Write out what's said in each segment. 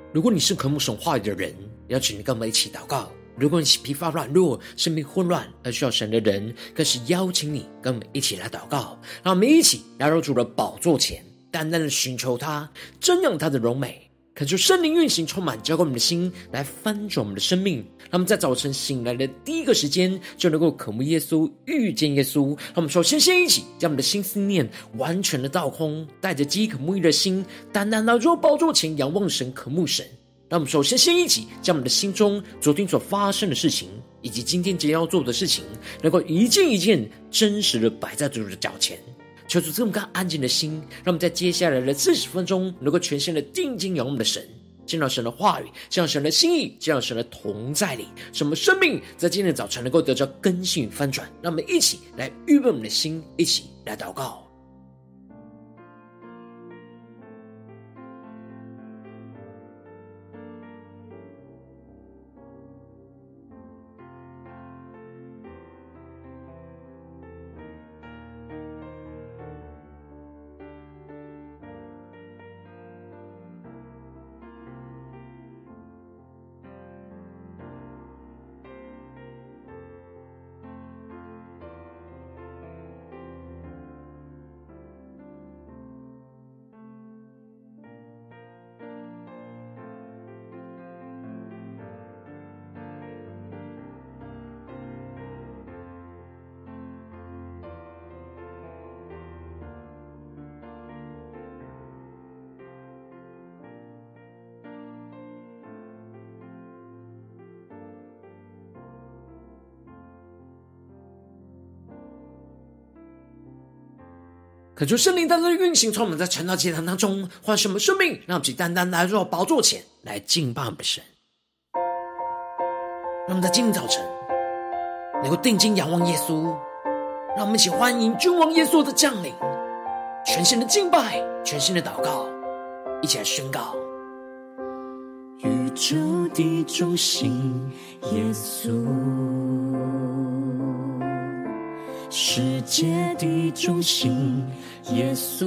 如果你是渴慕神话语的人，邀请你跟我们一起祷告。如果你是疲乏软弱、生命混乱而需要神的人，更是邀请你跟我们一起来祷告。让我们一起来到主的宝座前，单单的寻求他，瞻仰他的荣美，恳求圣灵运行充满，浇灌我们的心，来翻转我们的生命。让我们在早晨醒来的第一个时间，就能够渴慕耶稣，遇见耶稣。让我们首先一起将我们的心思念完全的倒空，带着饥渴沐浴的心，单单来到宝座前仰望神，渴慕神。让我们首先一起将我们的心中昨天所发生的事情，以及今天即将要做的事情，能够一件一件真实的摆在主的脚前。求主这么安静的心，让我们在接下来的40分钟，能够全心的定睛仰望我们的神，见到神的话语，见到神的心意，见到神的同在里，使我们生命在今天的早晨能够得到更新与翻转。让我们一起来预备我们的心，一起来祷告。恳求圣灵单单的运行，从我们在晨祷祭坛当中唤醒我们生命，让我们单单来到宝座前来敬拜我们的神。让我们在今天早晨能够定睛仰望耶稣，让我们一起欢迎君王耶稣的降临，全新的敬拜，全新的祷告，一起来宣告： 宇宙的中心，耶稣。世界的中心，耶稣，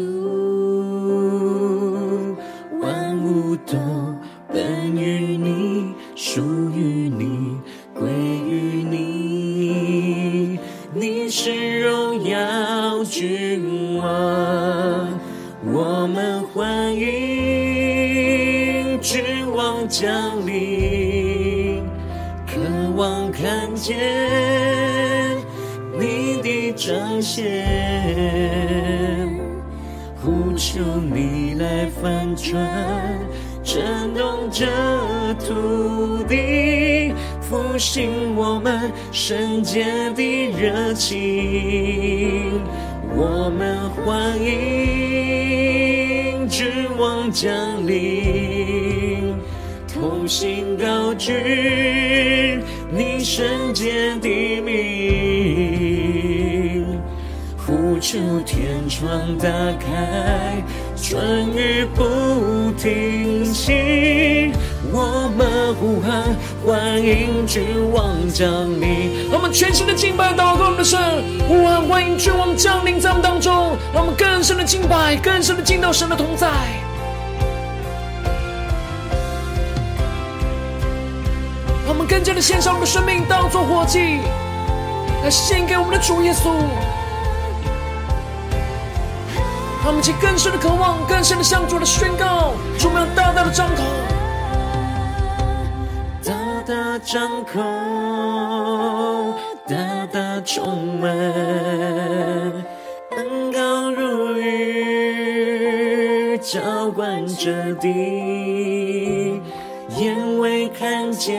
万物都本于你，属于你，归于你。你是荣耀君王，我们欢迎君王降临，渴望看见你的彰显，呼求你来翻转，震动这土地，复兴我们圣洁的热情。我们欢迎君王降临，同心高举你圣洁的名，呼求天窗打开，春雨不停息，我们呼喊欢迎君王降临。 让我们全新的敬拜祷告我们的神，呼喊欢迎君王降临在我们当中，让我们更深的敬拜，更深的进到神的同在。让我们更加的献上我们的生命当作活祭，来献给我们的主耶稣。让我们一起更深的渴望，更深的向主的宣告，主，我们要大大的张口， 大大张口，大大充满，恩膏如雨浇灌着地，眼未看见，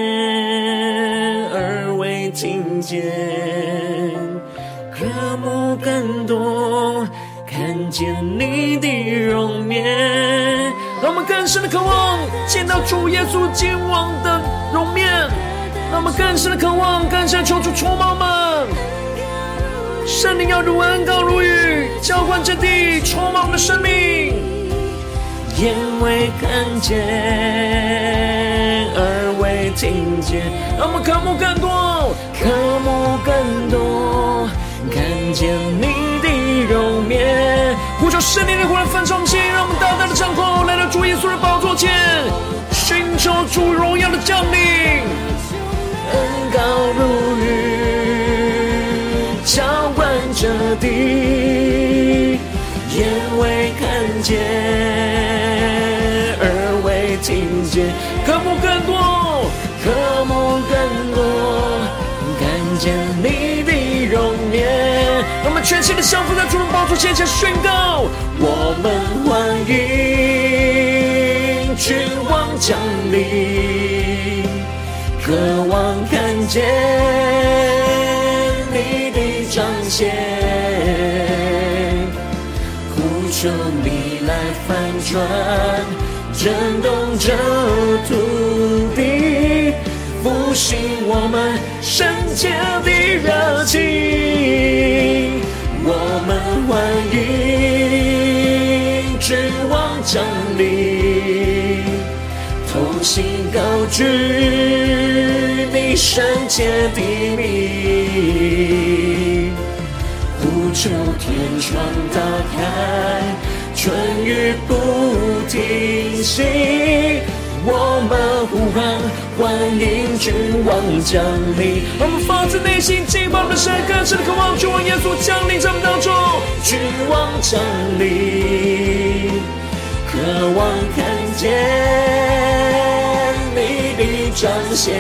耳未听见，渴慕更多看见你的容面。 让我们更深的渴望见到主耶稣君王的容面，让我们更深的渴望，更深的求主充满我们。圣灵要如恩膏如雨浇灌这地，充满我们的生命。 眼未看见，耳未听见， 让我们渴慕更多， 渴慕更多看见你的容面。 呼求圣灵的火来焚烧我们心，让我们大大的张口来到主耶稣的宝座前， 求主荣耀的降临， 恩膏如雨，浇灌这地，眼未看见，耳未听见， 渴慕更多， 渴慕更多，看见你的容颜。 让我们全心的降服在主的宝座前，宣告： 我们欢迎君王降临，渴望看见你的彰显，呼求你来翻转，震动这土地，复兴我们圣洁的热情。我们欢迎君王降临，同心高举你圣洁的名，呼求天窗打开，春雨不停息，我们呼喊欢迎君王降临。 我们发自内心敬拜我们的神，更深的渴望君王耶稣降临在我们当中。 君王降临，渴望看见你的彰显，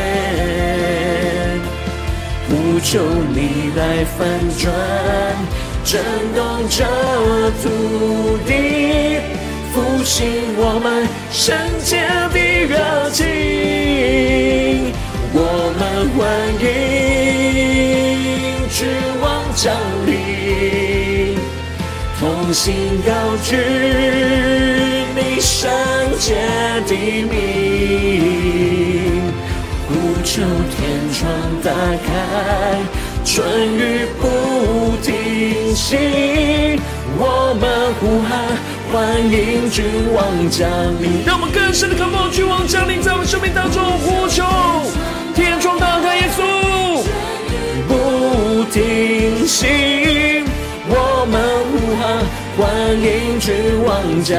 呼求你来翻转，震动这土地，复兴我们圣洁的热情。我们欢迎君王降临，同心高举你圣洁的名，呼求天窗打开，春雨不停息，我们呼喊欢迎君王降临。 让我们更深的渴望君王降临在我们生命当中，呼求天窗打开，耶稣不停息，我们呼喊欢迎君王降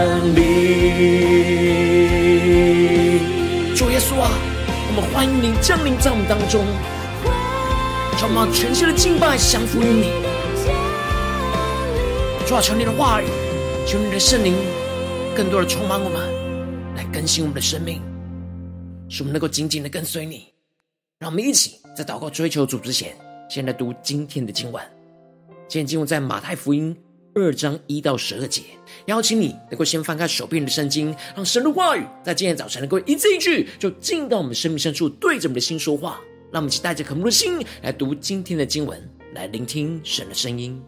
临。 主耶稣啊，我们欢迎你降临在我们当中，让我们全心的敬拜降服于你。主啊，求你的话语，求你的圣灵更多的充满我们，来更新我们的生命，使我们能够紧紧的跟随你。让我们一起在祷告追求主之前，先来读今天的经文。今天经文在马太福音2章1到12节。邀请你能够先翻开手边的圣经，让神的话语在今天早晨能够一字一句就进到我们生命深处，对着我们的心说话。让我们一起带着渴慕的心来读今天的经文，来聆听神的声音。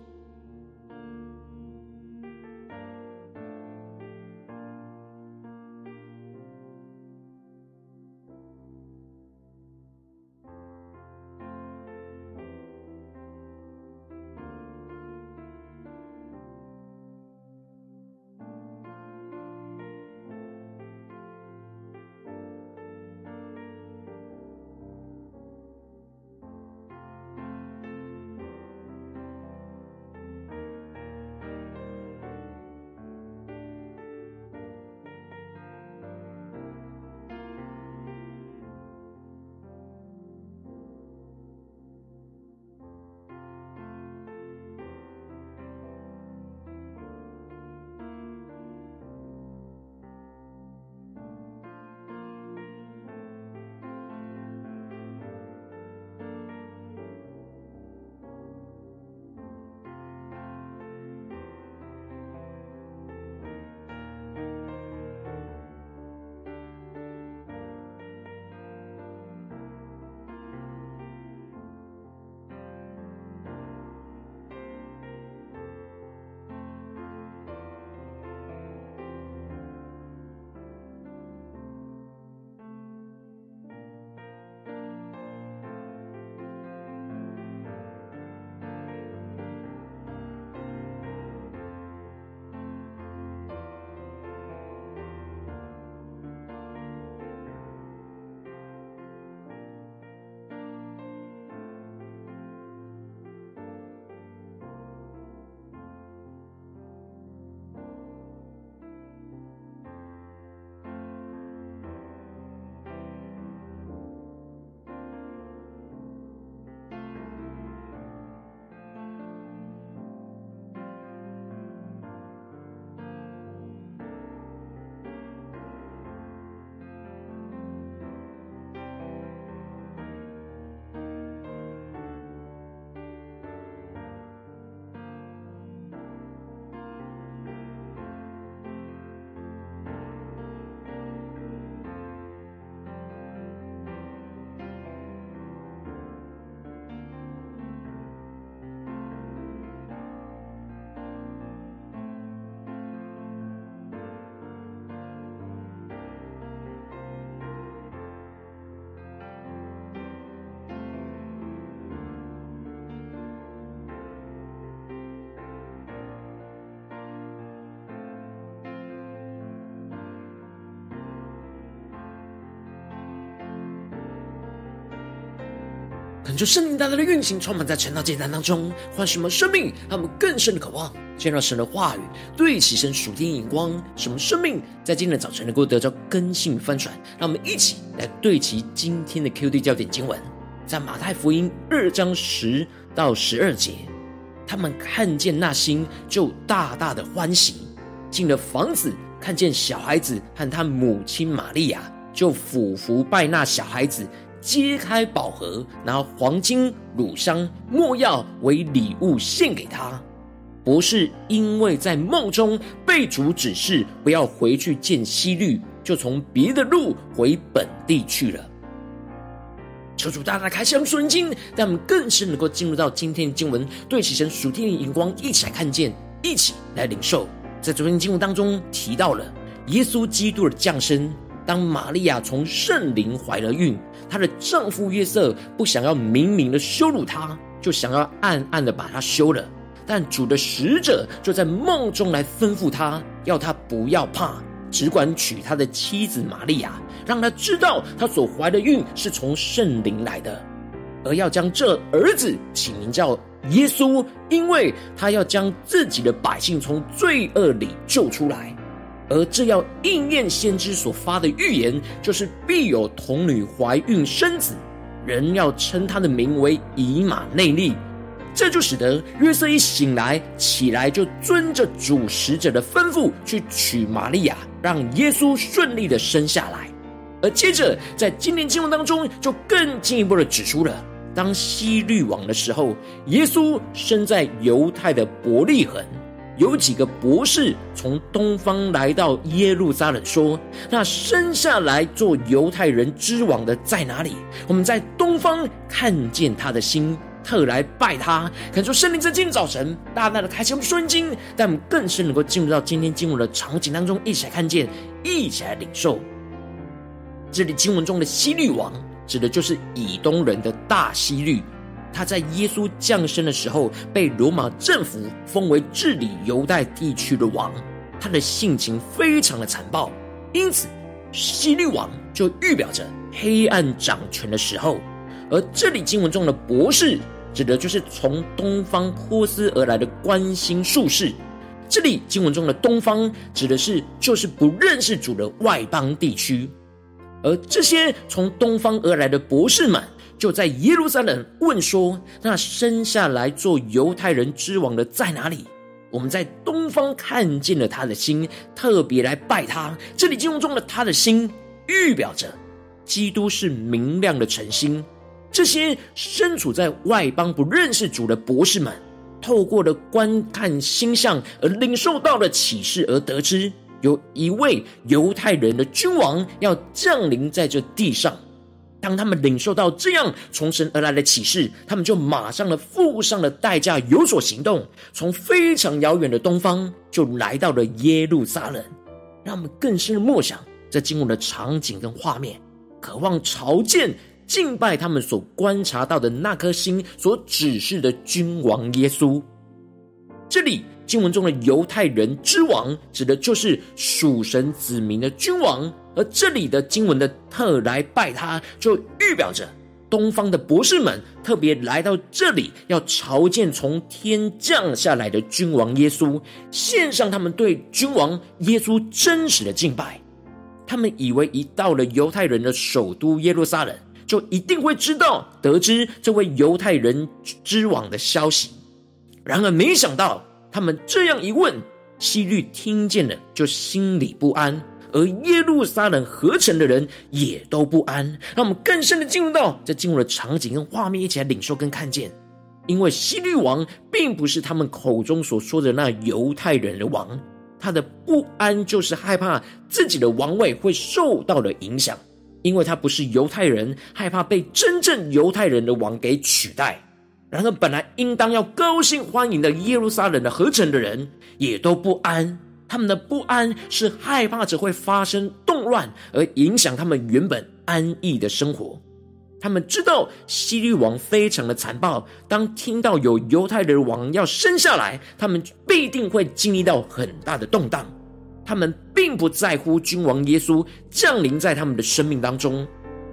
求圣灵大大的运行，充满在晨祷祭坛当中，唤醒我们生命，让我们更深的渴望见到神的话语，对齐神属天眼光，使我们生命在今天的早晨能够得到更新与翻转。让我们一起来对齐今天的 QD 焦点经文，在马太福音2章10到12节。他们看见那星，就大大的欢喜，进了房子，看见小孩子和他母亲玛利亚，就俯伏拜那小孩子，揭开宝盒，拿黄金、乳香、没药为礼物献给他。博士因为在梦中被主指示不要回去见希律，就从别的路回本地去了。求主大大开箱属灵经，让我们更是能够进入到今天的经文，对齐神属天的眼光，一起来看见，一起来领受。在昨天经文当中提到了耶稣基督的降生。当玛利亚从圣灵怀了孕，她的丈夫约瑟不想要明明的羞辱她，就想要暗暗的把她休了。但主的使者就在梦中来吩咐他，要他不要怕，只管娶他的妻子玛利亚，让他知道他所怀的孕是从圣灵来的，而要将这儿子起名叫耶稣，因为他要将自己的百姓从罪恶里救出来。而这要应验先知所发的预言，就是必有童女怀孕生子，人要称他的名为以马内利。这就使得约瑟一醒来起来，就遵着主使者的吩咐去娶玛利亚，让耶稣顺利的生下来。而接着在今天经文当中就更进一步的指出了，当希律王的时候，耶稣生在犹太的伯利恒。有几个博士从东方来到耶路撒冷，说，那生下来做犹太人之王的在哪里？我们在东方看见他的星，特来拜他。恳求圣灵在今天早晨大大的开启我们属灵经，但我们更是能够进入到今天经文的场景当中，一起来看见，一起来领受。这里经文中的希律王指的就是以东人的大希律，他在耶稣降生的时候被罗马政府封为治理犹太地区的王，他的性情非常的残暴，因此希律王就预表着黑暗掌权的时候。而这里经文中的博士指的就是从东方波斯而来的观星术士，这里经文中的东方指的是就是不认识主的外邦地区。而这些从东方而来的博士们就在耶路撒冷问说，那生下来做犹太人之王的在哪里？我们在东方看见了他的星，特别来拜他。这里经文中的他的星预表着基督是明亮的晨星。这些身处在外邦不认识主的博士们，透过了观看星象而领受到了启示，而得知有一位犹太人的君王要降临在这地上。当他们领受到这样从神而来的启示，他们就马上付上了代价，有所行动，从非常遥远的东方就来到了耶路撒冷。让我们更深的默想这经文的场景跟画面，渴望朝见敬拜他们所观察到的那颗星所指示的君王耶稣。这里经文中的犹太人之王指的就是属神子民的君王，而这里的经文的特来拜他，就预表着东方的博士们特别来到这里，要朝见从天降下来的君王耶稣，献上他们对君王耶稣真实的敬拜。他们以为一到了犹太人的首都耶路撒冷，就一定会得知这位犹太人之王的消息。然而没想到他们这样一问，希律听见了就心里不安，而耶路撒冷合城的人也都不安。让我们更深的进入到这进入的场景跟画面，一起来领受跟看见。因为希律王并不是他们口中所说的那犹太人的王，他的不安就是害怕自己的王位会受到了影响，因为他不是犹太人，害怕被真正犹太人的王给取代。然而本来应当要高兴欢迎的耶路撒冷的合城的人也都不安，他们的不安是害怕着会发生动乱，而影响他们原本安逸的生活。他们知道希律王非常的残暴，当听到有犹太人王要生下来，他们必定会经历到很大的动荡。他们并不在乎君王耶稣降临在他们的生命当中，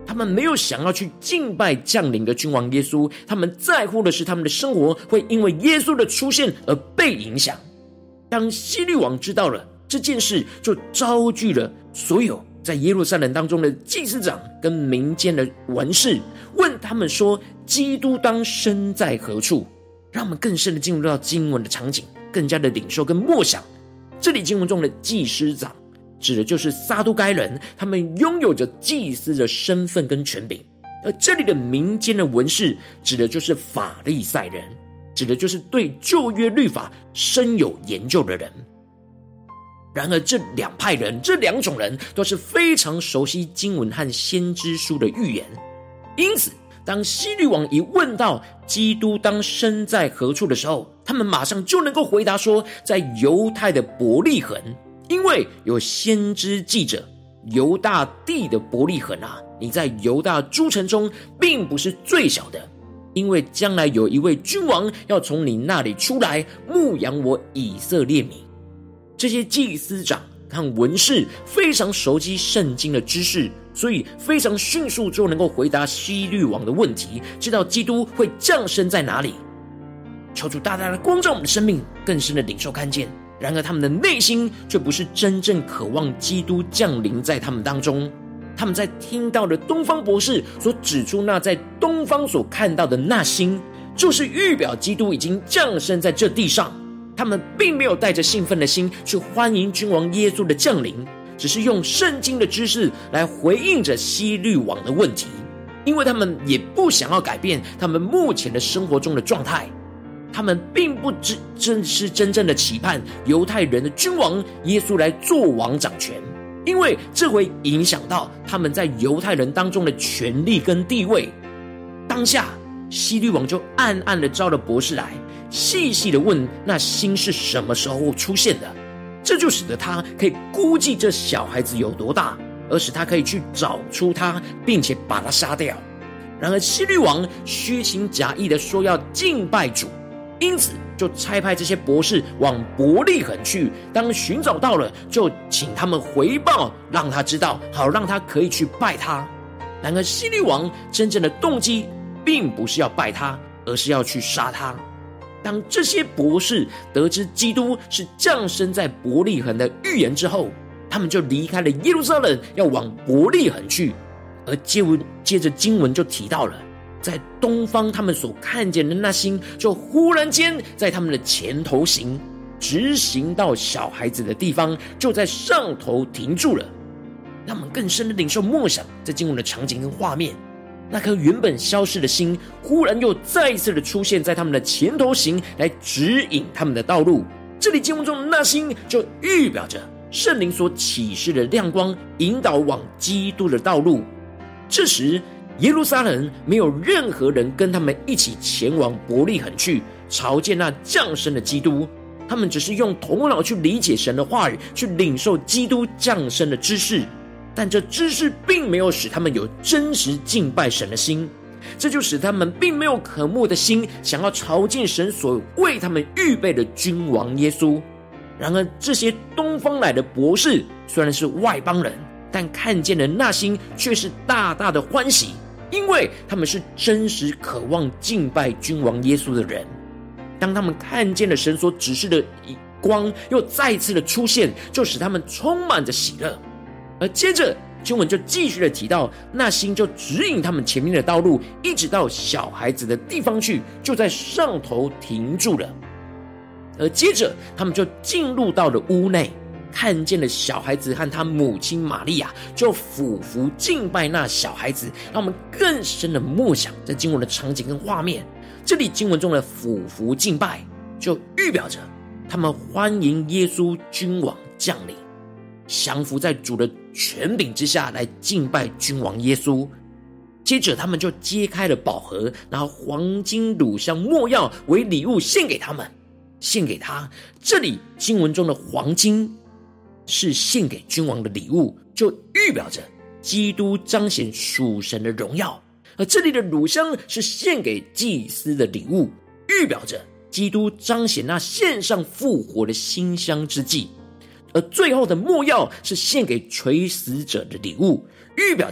他们没有想要去敬拜降临的君王耶稣，他们在乎的是他们的生活会因为耶稣的出现而被影响。当希律王知道了这件事，就招聚了所有在耶路撒冷当中的祭司长跟民间的文士，问他们说，基督当身在何处？让我们更深的进入到经文的场景，更加的领受跟默想。这里经文中的祭司长指的就是撒都该人，他们拥有着祭司的身份跟权柄。而这里的民间的文士指的就是法利赛人，指的就是对旧约律法深有研究的人。然而这两派人，这两种人都是非常熟悉经文和先知书的预言。因此当希律王一问到基督当身在何处的时候，他们马上就能够回答说，在犹太的伯利恒。因为有先知记着，犹大地的伯利恒啊，你在犹大诸城中并不是最小的，因为将来有一位君王要从你那里出来，牧养我以色列民。这些祭司长和文士非常熟悉圣经的知识，所以非常迅速就能够回答希律王的问题，知道基督会降生在哪里。求主大大的光照我们的生命，更深的领受看见。然而他们的内心却不是真正渴望基督降临在他们当中。他们在听到了东方博士所指出那在东方所看到的那星，就是预表基督已经降生在这地上。他们并没有带着兴奋的心去欢迎君王耶稣的降临，只是用圣经的知识来回应着希律王的问题，因为他们也不想要改变他们目前的生活中的状态。他们并不是真正的期盼犹太人的君王耶稣来做王掌权，因为这会影响到他们在犹太人当中的权力跟地位。当下希律王就暗暗的招了博士来，细细的问那星是什么时候出现的，这就使得他可以估计这小孩子有多大，而使他可以去找出他，并且把他杀掉。然而希律王虚情假意的说要敬拜主，因此就差派这些博士往伯利恒去，当寻找到了，就请他们回报，让他知道，好让他可以去拜他。然而希律王真正的动机并不是要拜他，而是要去杀他。当这些博士得知基督是降生在伯利恒的预言之后，他们就离开了耶路撒冷，要往伯利恒去。而接着经文就提到了，在东方他们所看见的那星，就忽然间在他们的前头行，直行到小孩子的地方，就在上头停住了。让我们更深的领受默想在经文的场景跟画面，那颗原本消失的星，忽然又再一次的出现在他们的前头行，来指引他们的道路。这里经文中的那星就预表着圣灵所启示的亮光，引导往基督的道路。这时耶路撒冷没有任何人跟他们一起前往伯利恒去朝见那降生的基督，他们只是用头脑去理解神的话语，去领受基督降生的知识，但这知识并没有使他们有真实敬拜神的心，这就使他们并没有渴慕的心，想要朝见神所为他们预备的君王耶稣。然而这些东方来的博士虽然是外邦人，但看见了那星却是大大的欢喜，因为他们是真实渴望敬拜君王耶稣的人。当他们看见了神所指示的光又再次的出现，就使他们充满着喜乐。而接着经文就继续的提到，那星就指引他们前面的道路，一直到小孩子的地方去，就在上头停住了。而接着他们就进入到了屋内，看见了小孩子和他母亲玛利亚，就俯伏敬拜那小孩子。让我们更深的默想在经文的场景跟画面。这里经文中的俯伏敬拜，就预表着他们欢迎耶稣君王降临，降服在主的权柄之下，来敬拜君王耶稣。接着他们就揭开了宝盒，拿黄金、乳香、没药为礼物献给他们，献给他。这里经文中的黄金是献给君王的礼物，就预表着基督彰显属神的荣耀。而这里的乳香是献给祭司的礼物，预表着基督彰显那献上复活的馨香之祭。而最后的没药是献给垂死者的礼物，预表着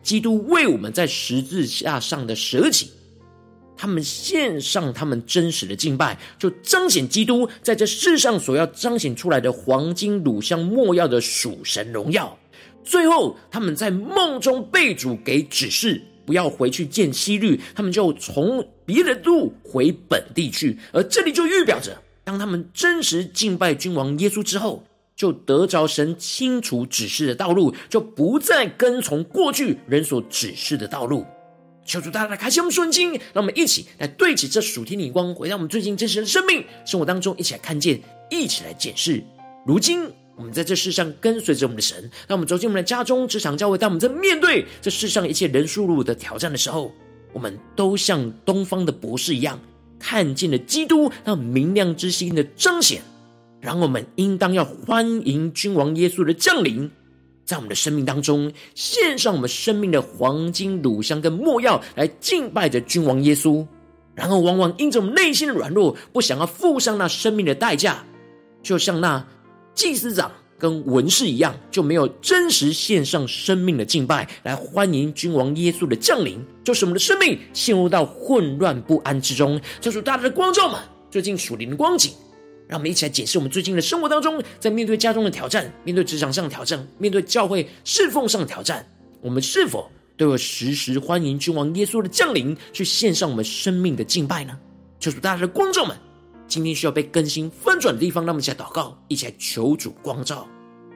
基督为我们在十字架上的舍己，他们献上他们真实的敬拜，就彰显基督在这世上所要彰显出来的黄金、乳香、没药的属神荣耀。最后他们在梦中被主给指示，不要回去见希律，他们就从别的路回本地去。而这里就预表着，当他们真实敬拜君王耶稣之后，就得着神清楚指示的道路，就不再跟从过去人所指示的道路。求主大家来开启我们顺经，让我们一起来对齐这属天的眼光，回到我们最近真实的生命生活当中，一起来看见，一起来检视。如今我们在这世上跟随着我们的神，当我们走进我们的家中、职场、教会，当我们在面对这世上一切人数路的挑战的时候，我们都像东方的博士一样，看见了基督那明亮之星的彰显。然后我们应当要欢迎君王耶稣的降临，在我们的生命当中献上我们生命的黄金、乳香跟没药，来敬拜着君王耶稣。然后往往因着我们内心的软弱，不想要付上那生命的代价，就像那祭司长跟文士一样，就没有真实献上生命的敬拜，来欢迎君王耶稣的降临，就使我们的生命陷入到混乱不安之中。求主大家的光照们最近属灵的光景，让我们一起来检视我们最近的生活当中，在面对家中的挑战，面对职场上的挑战，面对教会侍奉上的挑战，我们是否都有时时欢迎君王耶稣的降临，去献上我们生命的敬拜呢？求主大家的光照们今天需要被更新翻转的地方，让我们一起来祷告，一起来求主光照。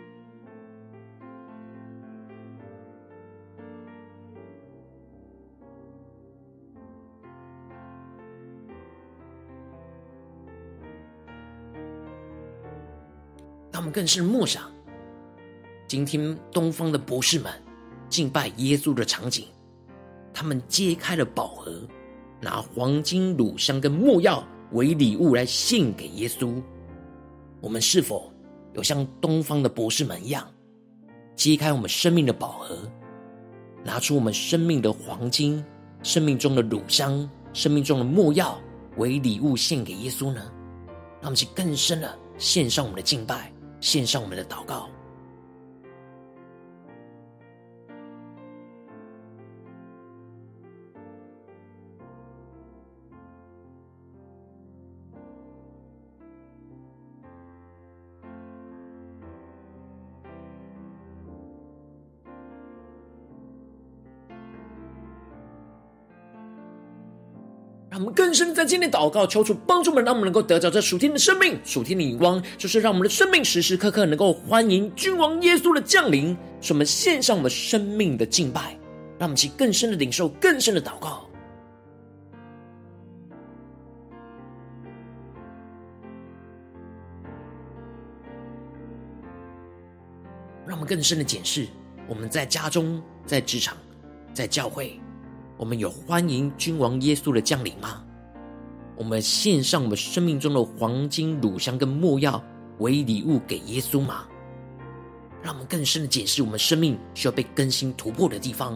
让我们更是默想今天东方的博士们敬拜耶稣的场景，他们揭开了宝盒，拿黄金、乳香跟没药为礼物来献给耶稣。我们是否有像东方的博士们一样，揭开我们生命的宝盒，拿出我们生命的黄金、生命中的乳香、生命中的没药为礼物献给耶稣呢？让我们去更深的献上我们的敬拜，献上我们的祷告。让我们更深在今天祷告，求主帮助我们，让我们能够得着这属天的生命、属天的眼光，就是让我们的生命时时刻刻能够欢迎君王耶稣的降临，使我们献上我们生命的敬拜，让我们去更深的领受、更深的祷告。让我们更深的检视，我们在家中、在职场、在教会，我们有欢迎君王耶稣的降临吗？我们献上我们生命中的黄金、乳香跟没药为礼物给耶稣吗？让我们更深的检视我们生命需要被更新突破的地方。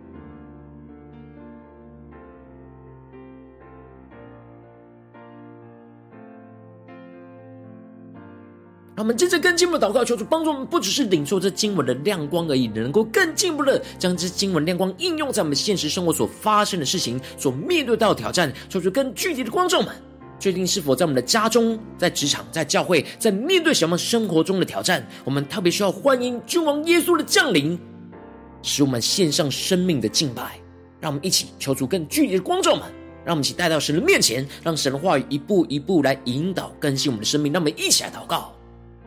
让我们接着更进一步的祷告，求主帮助我们，不只是领受这经文的亮光而已，能够更进一步的将这经文亮光应用在我们现实生活所发生的事情、所面对到的挑战。求主更具体的光照们，决定是否在我们的家中、在职场、在教会，在面对什么生活中的挑战，我们特别需要欢迎君王耶稣的降临，使我们献上生命的敬拜。让我们一起求主更具体的光照们，让我们一起带到神的面前，让神的话语一步一步来引导更新我们的生命。让我们一起来祷告。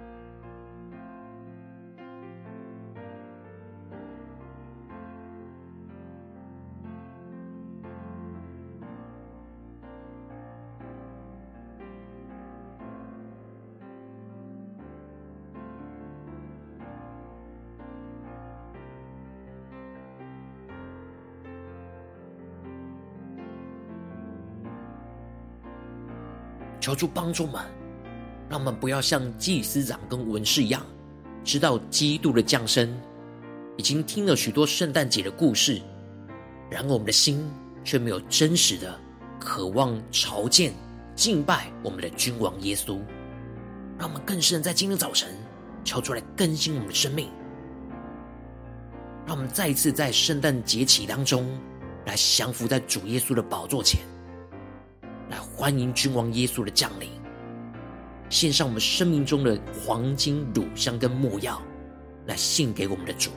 求主帮助我们，让我们不要像祭司长跟文士一样，知道基督的降生，已经听了许多圣诞节的故事，然而我们的心却没有真实的渴望朝见敬拜我们的君王耶稣。让我们更深在今天早晨求出来更新我们的生命， 让我们再一次在圣诞节期当中，来降服在主耶稣的宝座前，来欢迎君王耶稣的降临，献上我们生命中的黄金、乳香跟没药，来献给我们的主。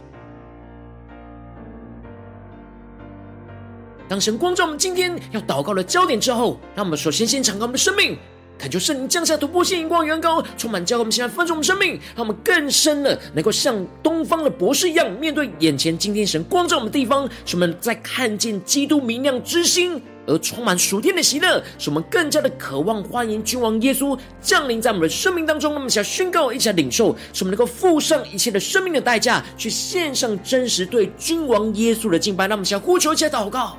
当神光照我们今天要祷告的焦点之后，让我们首先敞开我们的生命，恳求圣灵降下突破性眼光远高，充满教会我们现在分盛我们生命，让我们更深的能够像东方的博士一样，面对眼前今天神光照我们的地方，使我们在看见基督明亮之心而充满属天的喜乐，使我们更加的渴望欢迎君王耶稣降临在我们的生命当中。那么想宣告，一起来领受，使我们能够付上一切的生命的代价，去献上真实对君王耶稣的敬拜。那么想呼求，一起来祷告。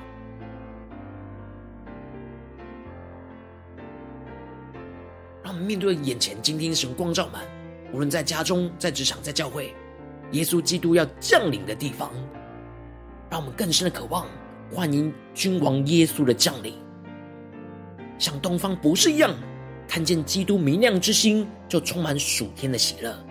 让我们面对眼前今天神光照们，无论在家中、在职场、在教会，耶稣基督要降临的地方，让我们更深的渴望欢迎君王耶稣的降临，像东方博士一样，看见基督明亮之心，就充满属天的喜乐。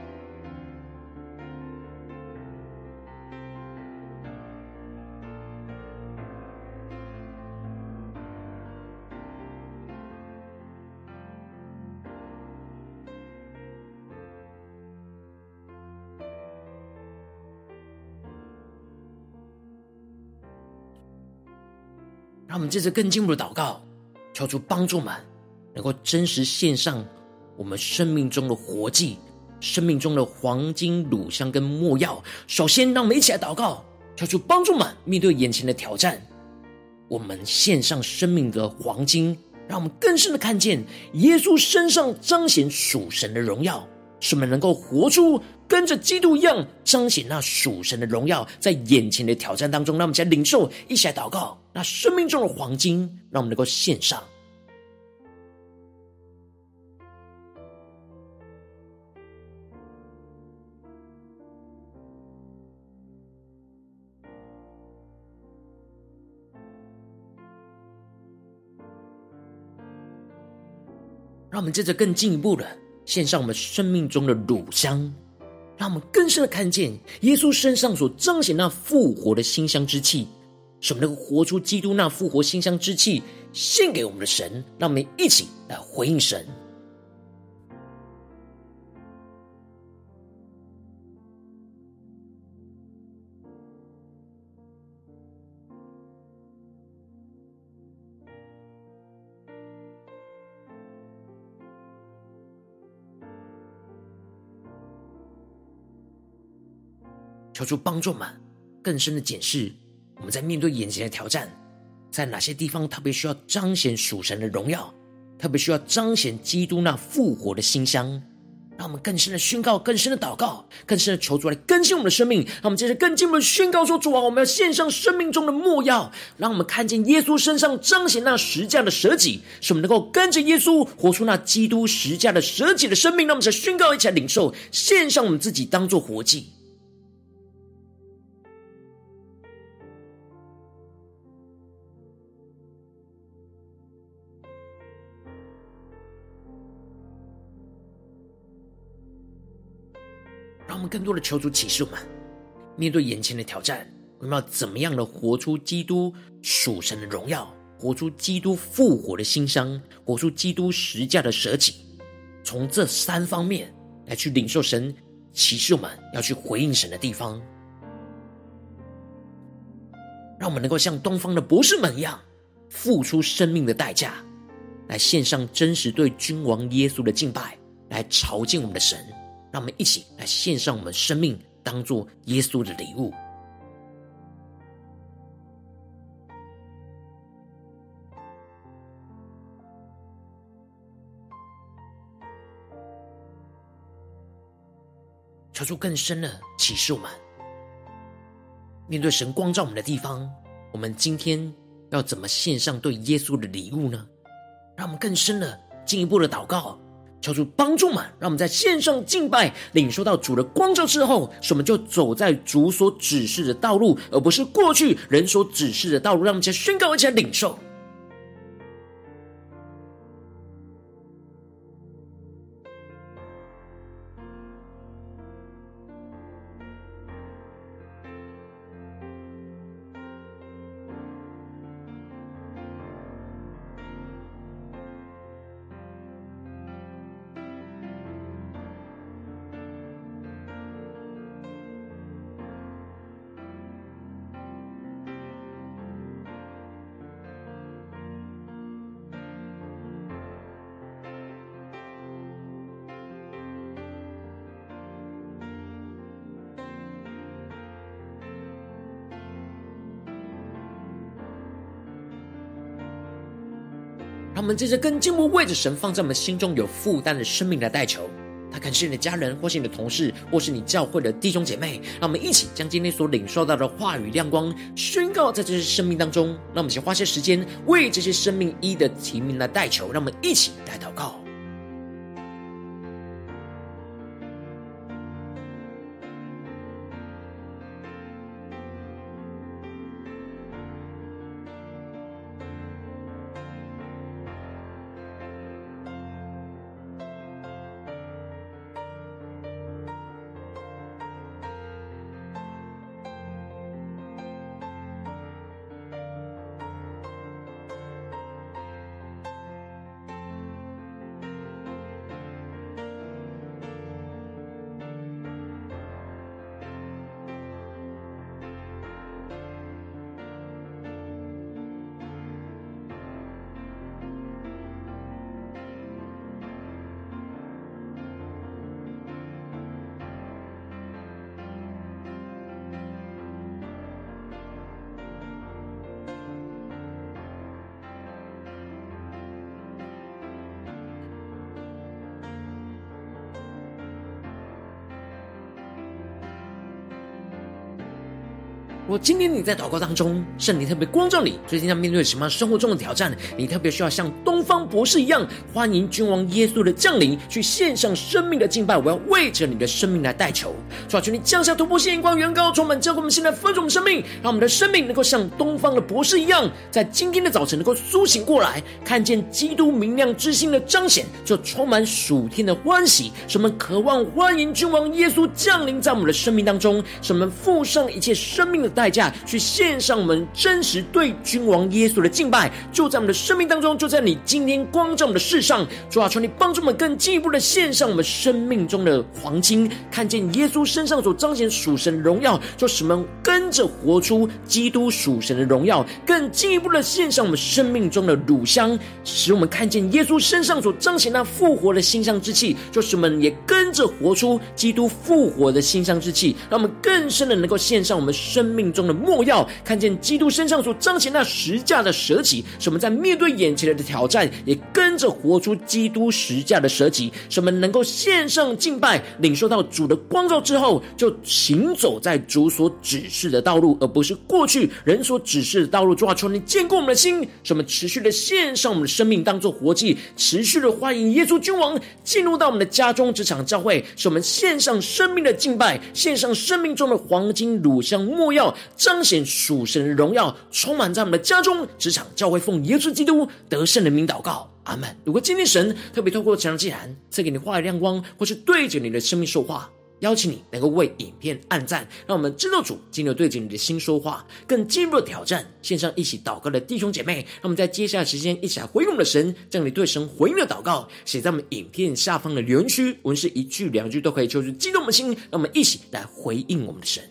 让我们接着更进一步的祷告，求主帮助我们能够真实献上我们生命中的活祭，生命中的黄金、乳香跟没药。首先让我们一起来祷告，求主帮助我们面对眼前的挑战，我们献上生命的黄金，让我们更深的看见耶稣身上彰显属神的荣耀，使我们能够活出跟着基督一样彰显那属神的荣耀，在眼前的挑战当中，让我们一起来领受，一起来祷告，那生命中的黄金让我们能够献上。让我们接着更进一步的献上我们生命中的乳香，让我们更深的看见耶稣身上所彰显那复活的馨香之气，使我们能够活出基督那复活馨香之气，献给我们的神。让我们一起来回应神。求主帮助我们更深的检视，我们在面对眼前的挑战，在哪些地方特别需要彰显属神的荣耀，特别需要彰显基督那复活的馨香。让我们更深的宣告，更深的祷告，更深的求主来更新我们的生命。让我们接着更进一步的宣告说，主啊，我们要献上生命中的末药，让我们看见耶稣身上彰显那十架的舍己，使我们能够跟着耶稣活出那基督十架的舍己的生命。让我们再宣告，一起来领受，献上我们自己当作活祭。让我们更多的求主启示我们，面对眼前的挑战，我们要怎么样的活出基督属神的荣耀，活出基督复活的馨香，活出基督十架的舍己。从这三方面来去领受神启示我们要去回应神的地方，让我们能够像东方的博士们一样，付出生命的代价，来献上真实对君王耶稣的敬拜，来朝见我们的神。让我们一起来献上我们生命，当作耶稣的礼物。求主更深的启示我们，面对神光照我们的地方，我们今天要怎么献上对耶稣的礼物呢？让我们更深的进一步的祷告，求主帮助我们，让我们在线上敬拜领受到主的光照之后，使我们就走在主所指示的道路，而不是过去人所指示的道路。让我们一起来宣告，一起来领受。 让我们这些更进一步为着神放在我们心中有负担的生命来代求。他可能是你的家人，或是你的同事，或是你教会的弟兄姐妹。让我们一起将今天所领受到的话语亮光宣告在这些生命当中。让我们先花些时间为这些生命一的提名来代求。让我们一起来祷告。如果今天你在祷告当中，圣灵特别光照你，最近在面对什么生活中的挑战，你特别需要像东方博士一样，欢迎君王耶稣的降临，去献上生命的敬拜。我要为着你的生命来代求，求你降下突破性眼光，远高充满，教会我们现在分盛我们生命，让我们的生命能够像东方的博士一样，在今天的早晨能够苏醒过来，看见基督明亮之星的彰显，就充满属天的欢喜，使我们渴望欢迎君王耶稣降临在我们的生命当中，使我们付上一切生命的代价，去献上我们真实对君王耶稣的敬拜，就在我们的生命当中，就在你今天光照我们的事上。主啊，求你帮助我们更进一步的献上我们生命中的黄金，看见耶稣身上所彰显属神的荣耀，就使我们跟着活出基督属神的荣耀，更进一步的献上我们生命中的乳香，使我们看见耶稣身上所彰显那复活的馨香之气，就使我们也跟着活出基督复活的馨香之气，让我们更深的能够献上我们生命中的末药，看见基督身上所彰显那十架的舍己，使我们在面对眼前的挑战，也跟着活出基督十架的舍己，使我们能够献上敬拜，领受到主的光照之后，就行走在主所指示的道路，而不是过去人所指示的道路。主啊，求你坚固我们的心，使我们持续的献上我们的生命当作活祭，持续的欢迎耶稣君王进入到我们的家中、职场、教会，使我们献上生命的敬拜，献上生命中的黄金、乳香、没药，彰显属神的荣耀，充满在我们的家中、职场、教会，奉耶稣基督得胜的名祷告，阿们。如果今天神特别透过这样的祭坛赐给你话语亮光，或是对着你的生命说话，邀请你能够为影片按赞，让我们知道主今天对着你的心说话，更进一步的挑战线上一起祷告的弟兄姐妹，让我们在接下来时间一起来回应我们的神，将你对神回应的祷告写在我们影片下方的留言区，无论是一句两句都可以，就是激动我们的心，让我们一起来回应我们的神。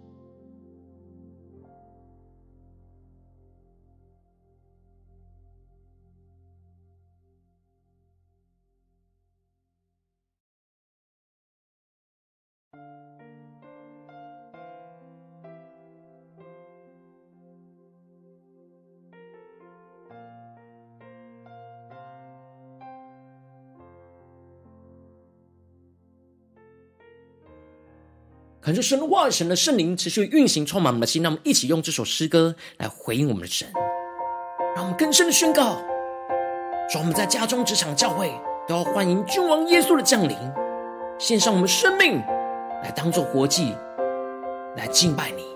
恳求神的话语、神的圣灵持续运行充满我们的心，让我们一起用这首诗歌来回应我们的神，让我们更深的宣告，说我们在家中、职场、教会都要欢迎君王耶稣的降临，献上我们生命来当作活祭，来敬拜你。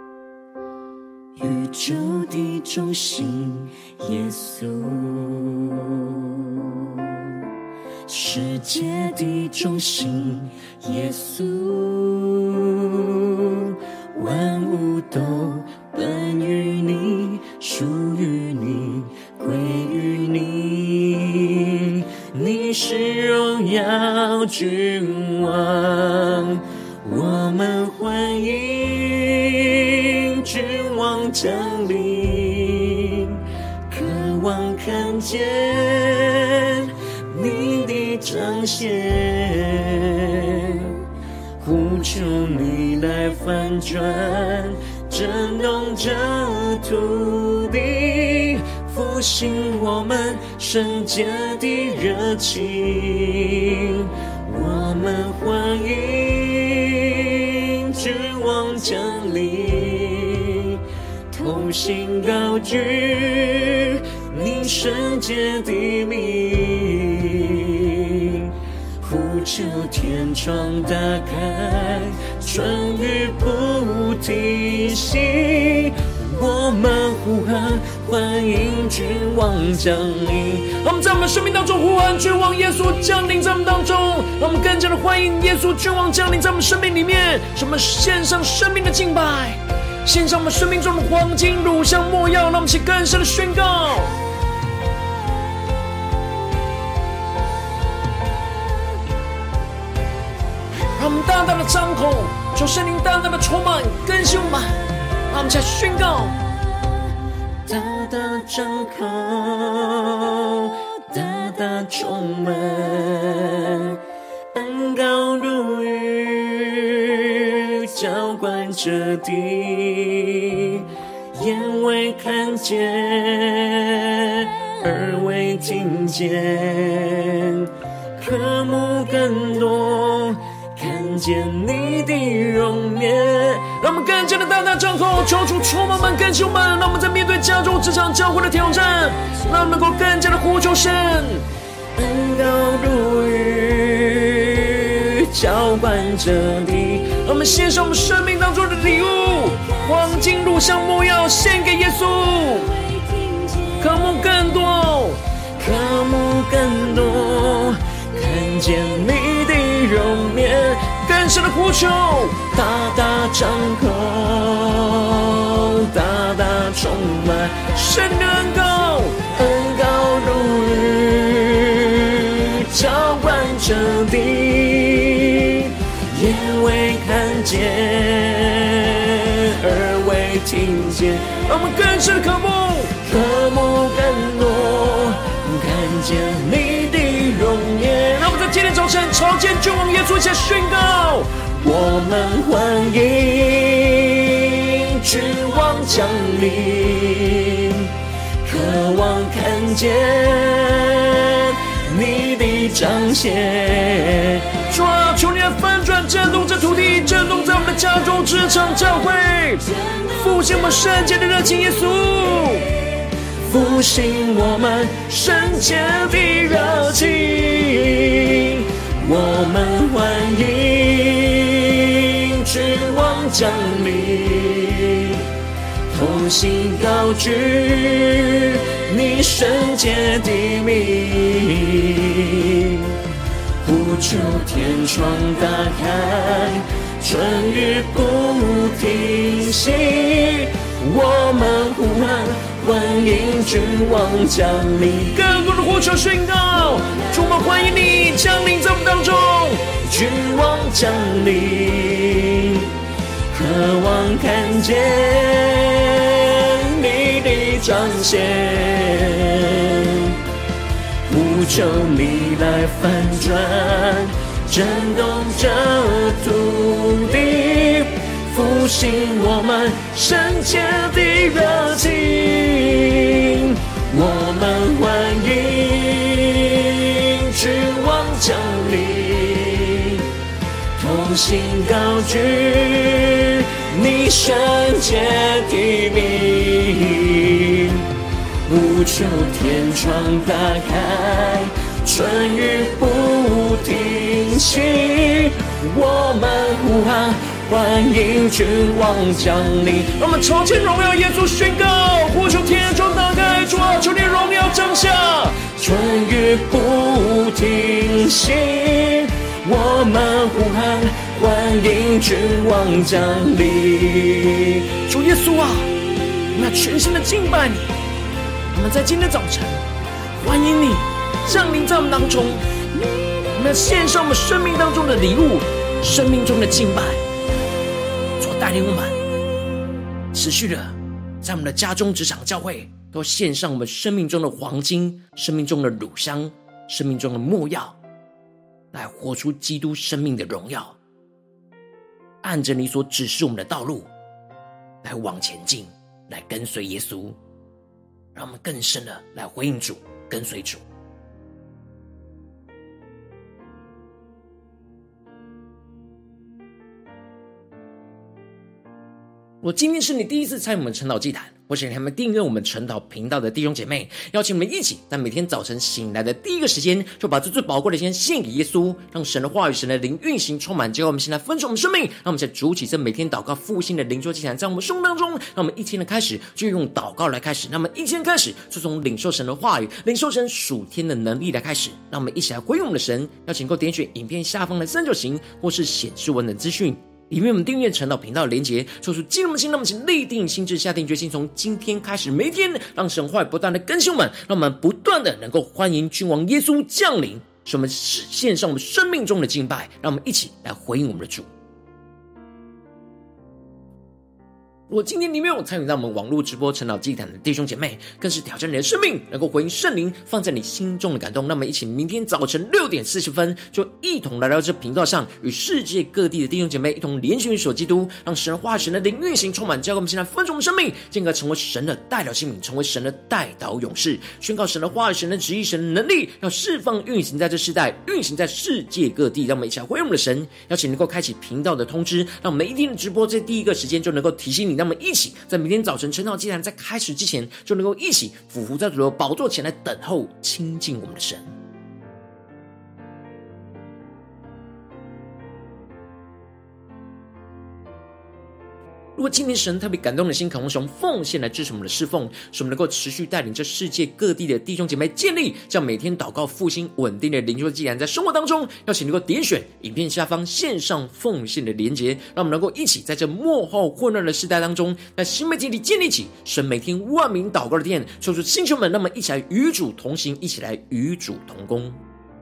宇宙的中心，耶稣，世界的中心，耶稣，万物都本于你，属于你，归于你。你是荣耀君王，我们欢迎君王降临，渴望看见你的彰显，呼求你来翻转，震动这土地，复复兴我们圣洁的热情。我们欢迎君王降临，同心高举你圣洁的名，呼求天窗打开，春雨不停息。我们呼喊，欢迎君王降临。 让我们在我们生命当中呼喊君王耶稣降临在我们当中，让我们更加的欢迎耶稣君王降临在我们生命里面，使我们献上生命的敬拜，献上我们生命中的黄金、乳香、没药，让我们去更深的宣告。让我们大大的张口，求圣灵大大的充满更新我们，让我们再宣告。 大大张口，大大充满，恩膏如雨浇灌着地，眼未看见，耳未听见，渴慕更多看见你的容颜。 让我们更加的大大张口，求主充满们更新我们，让我们在面对家中职场教会的挑战，让我们能够更加的呼求神。 恩膏如雨浇灌着地， 让我们献上我们生命当中的礼物，黄金、乳香、没药，献给耶稣。渴慕更多， 渴慕更多看见你的容颜， 更深的呼求， 大大张口，大大充满， 神的恩膏， 恩膏如雨浇灌着地，眼未看见，耳未听见， 让我们更深的渴慕， 渴慕更多看见你的容颜。 让我们在今天早晨朝见君王耶稣一起宣告， 我们欢迎君王降临，渴望看见你的彰显。 主啊，求你来翻转震动这土地，震动在我们的家中职场教会，复兴我们圣洁的热情，耶稣复兴我们圣洁的热情。我们欢迎君王降临，同心高举你圣洁的名，呼求天窗打开，春雨不停息。我们呼喊，欢迎君王降临。 更多的呼求宣告，主，我们欢迎你降临在我们当中。 君王降临，渴望看见你的彰显，呼求你来翻转，震动这土地，复兴我们圣洁的热情。我们欢迎君王降临，同心高举你圣洁的名，无求天窗打开，春雨不停息。我们呼喊，欢迎君王降临。 让我们朝见荣耀耶稣宣告，呼求天窗打开，主啊，求你荣耀降下， 春雨不停息。我们呼喊，欢迎君王降临。 主耶稣啊，我们要全心的敬拜你。我们在今天早晨欢迎你降临在我们当中，我们要献上我们生命当中的礼物，生命中的敬拜。主带领我们持续的在我们的家中职场教会都献上我们生命中的黄金，生命中的乳香，生命中的没药，来活出基督生命的荣耀，按着你所指示我们的道路来往前进，来跟随耶稣。 让我们更深的来回应主，跟随主。如果今天是你第一次参与我们晨祷祭坛，或是你还没订阅我们晨祷频道的弟兄姐妹，邀请我们一起在每天早晨醒来的第一个时间，就把这最宝贵的时间献给耶稣，让神的话语、神的灵运行充满，结果我们现在分盛我们生命，让我们在主起这每天祷告复兴的灵修祭坛，在我们生命当中，让我们一天的开始就用祷告来开始，那么一天开始就从领受神的话语、领受神属天的能力来开始，让我们一起来回应我们的神。邀请够点选影片下方的三角形，或是显示文的资讯，里面我们订阅晨祷频道的连结，说出激动的心，让我们请立定心志，下定决心，从今天开始，每一天让神话语不断的更新我们，让我们不断的能够欢迎君王耶稣降临，使我们献上我们生命中的敬拜，让我们一起来回应我们的主。如果今天你没有参与到我们网络直播晨祷祭坛的弟兄姐妹，更是挑战你的生命，能够回应圣灵放在你心中的感动。那么一起明天早晨6点40分，就一同来到这频道上，与世界各地的弟兄姐妹一同联结于所基督，让神话神的灵运行充满，教给我们现在分盛我们生命，进而成为神的代表性命，成为神的代祷勇士，宣告神的话语、神的旨意、神的能力，要释放运行在这世代，运行在世界各地。让我们一起来回应我们的神，邀请能够开启频道的通知，让每一天的直播在第一个时间就能够提醒你。让我们一起在明天早晨晨祷祭坛在开始之前，就能够一起俯伏在主的宝座前来等候亲近我们的神。如果今天神特别感动的心，渴望使用奉献来支持我们的侍奉，使我们能够持续带领这世界各地的弟兄姐妹建立这样每天祷告复兴稳定的灵修祭坛，在生活当中，邀请能够点选影片下方线上奉献的连结，让我们能够一起在这末后混乱的时代当中，在新媒体里建立起神每天万名祷告的殿，抽出星球们，那么一起来与主同行，一起来与主同工。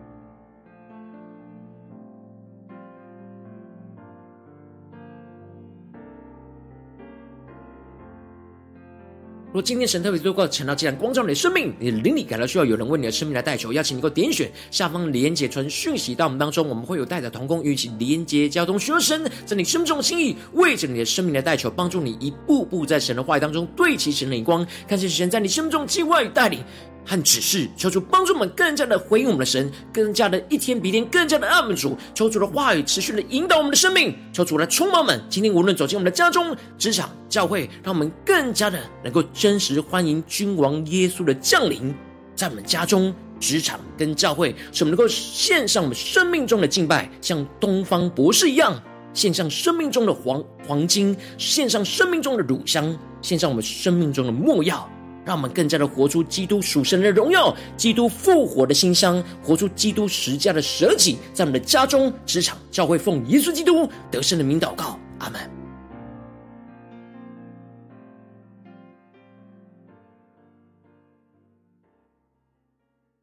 如果今天神特别透过晨祷祭坛光照你的生命，你的灵里感到需要有人为你的生命来代求，邀请你能够点选下方连结传讯息到我们当中，我们会有代表同工与一起连结交通，寻求神在你生命中的心意，为着你的生命来代求，帮助你一步步在神的话语当中对齐神的眼光，看见神在你生命中计划与带领和指示，求主帮助我们更加的回应我们的神，更加的一天比一天更加的爱我们主，求主的话语持续的引导我们的生命，求主来充满我们。今天无论走进我们的家中、职场、教会，让我们更加的能够真实欢迎君王耶稣的降临，在我们家中、职场跟教会，使我们能够献上我们生命中的敬拜，像东方博士一样，献上生命中的黄金，献上生命中的乳香，献上我们生命中的没药，让我们更加的活出基督属神的荣耀，基督复活的馨香，活出基督十架的舍己，在我们的家中、职场、教会，奉耶稣基督得胜的名祷告，阿们。